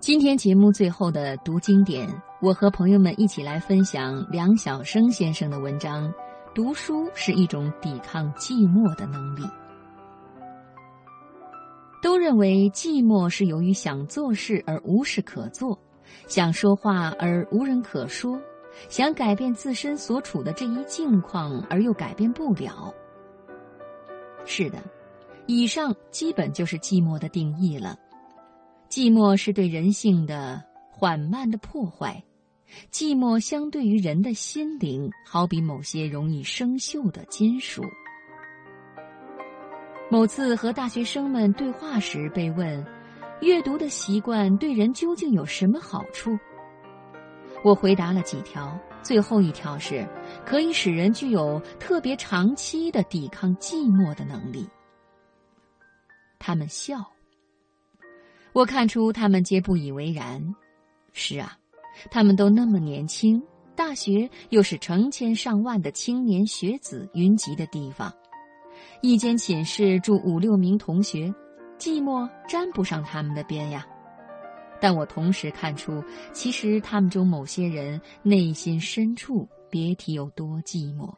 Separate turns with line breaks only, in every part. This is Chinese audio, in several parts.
今天节目最后的读经典，我和朋友们一起来分享梁晓声先生的文章《读书是一种抵抗寂寞的能力》。都认为寂寞是由于想做事而无事可做，想说话而无人可说，想改变自身所处的这一境况而又改变不了。是的，以上基本就是寂寞的定义了。寂寞是对人性的缓慢的破坏，寂寞相对于人的心灵，好比某些容易生锈的金属。某次和大学生们对话时被问，阅读的习惯对人究竟有什么好处？我回答了几条，最后一条是可以使人具有特别长期的抵抗寂寞的能力。他们笑，我看出他们皆不以为然。是啊，他们都那么年轻，大学又是成千上万的青年学子云集的地方，一间寝室住5、6名同学，寂寞沾不上他们的边呀。但我同时看出，其实他们中某些人内心深处别提有多寂寞。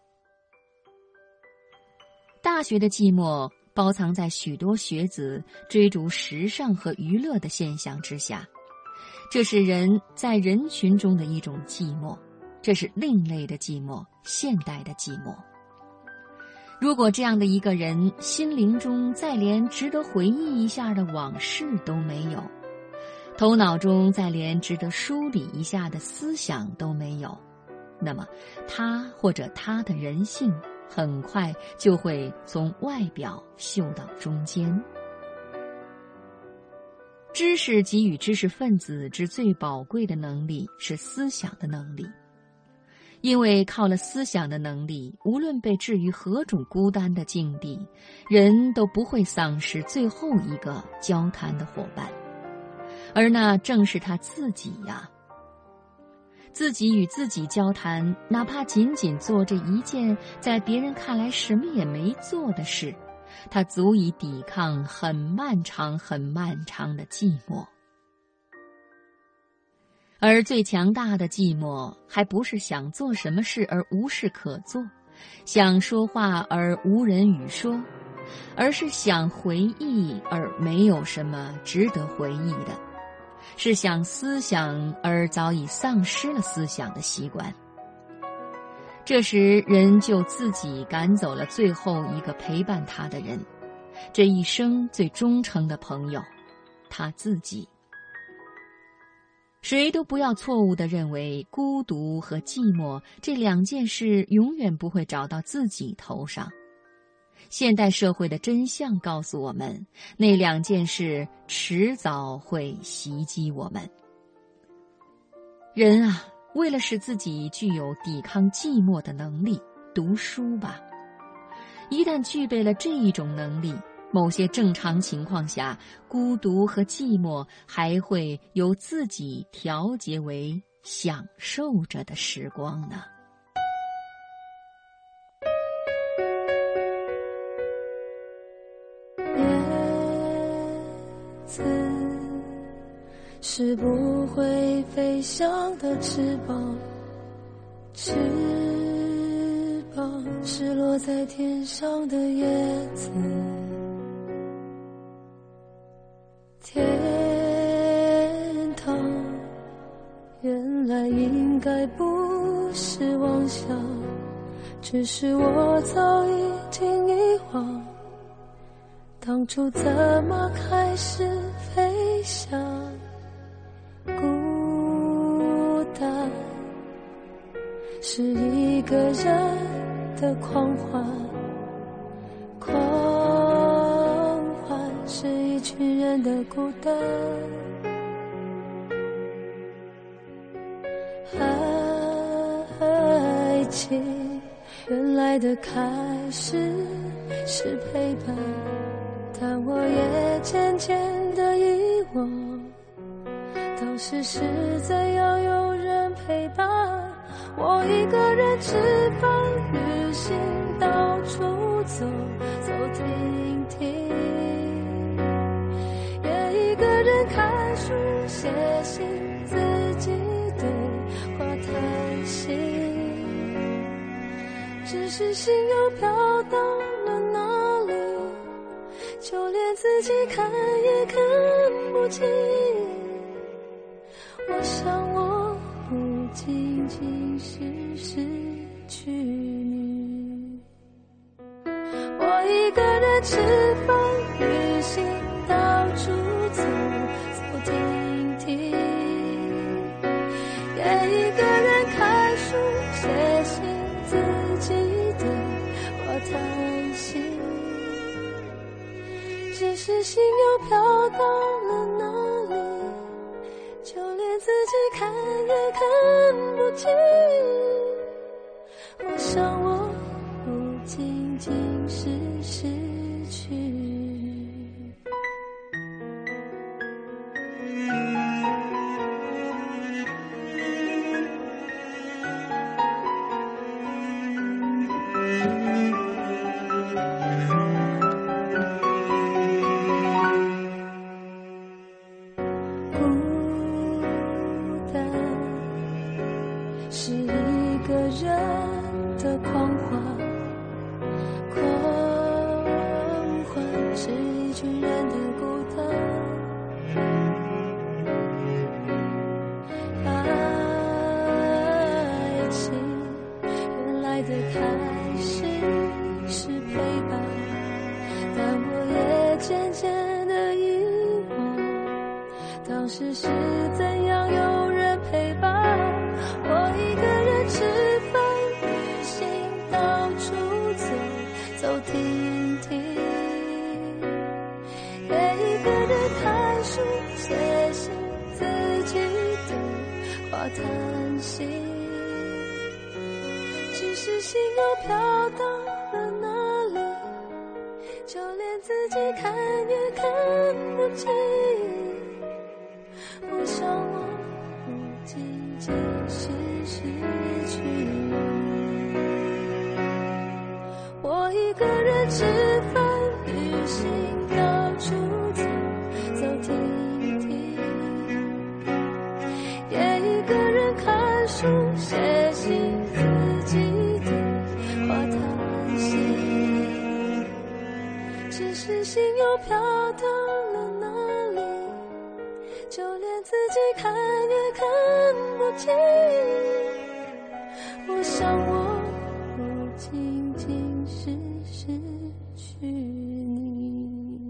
大学的寂寞包藏在许多学子追逐时尚和娱乐的现象之下，这是人在人群中的一种寂寞，这是另类的寂寞，现代的寂寞。如果这样的一个人心灵中再连值得回忆一下的往事都没有，头脑中再连值得梳理一下的思想都没有，那么他或者他的人性很快就会从外表嗅到中间。知识给予知识分子之最宝贵的能力是思想的能力，因为靠了思想的能力，无论被置于何种孤单的境地，人都不会丧失最后一个交谈的伙伴，而那正是他自己呀。自己与自己交谈，哪怕仅仅做这一件在别人看来什么也没做的事，他足以抵抗很漫长很漫长的寂寞。而最强大的寂寞，还不是想做什么事而无事可做，想说话而无人语说，而是想回忆而没有什么值得回忆的，是想思想而早已丧失了思想的习惯。这时人就自己赶走了最后一个陪伴他的人，这一生最忠诚的朋友，他自己。谁都不要错误地认为孤独和寂寞这两件事永远不会找到自己头上。现代社会的真相告诉我们，那两件事迟早会袭击我们。人啊，为了使自己具有抵抗寂寞的能力，读书吧。一旦具备了这一种能力，某些正常情况下，孤独和寂寞还会由自己调节为享受着的时光呢。
叶子是不会飞翔的翅膀，翅膀是落在天上的叶子。天堂原来应该不是妄想，只是我早已经遗忘当初怎么开始飞翔。孤单是一个人的狂欢，狂欢是一群人的孤单。爱情原来的开始是陪伴，但我也渐渐地遗忘，当时是怎样有人陪伴我，一个人吃饭旅行，到处走走停停，也一个人看书写信，自己对话叹息，只是心又飘到了哪里，就连自己看也看不清。我想我不仅仅是失去你，我一个人吃饭旅行，到处走走停停，也一个人看书写信，自己对话叹息，只是心又飘到了哪里，就连自己看也看不清。我想我不仅仅是失去你。是一个人的狂欢，狂欢是一群人的孤单。爱情原来的开始是陪伴，但我也渐渐的遗忘，当时是怎样有人陪伴。我一个人吃饭旅行，到处走走停停，也一个人看书写信，自己对话叹息，只是心又飘到了哪里，就连自己看也看不清。我想我不仅仅是失去你，我一个人吃饭旅行，到处走走停停，也一个人看书写信，自己对话叹息，只是心又飘到了哪里，就连自己看也看不清。我想我不仅仅是失去你，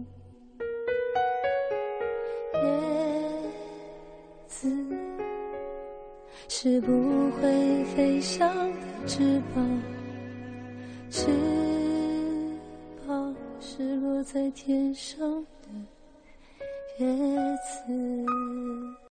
叶子是不会飞翔的翅膀，翅膀是落在天上的叶子。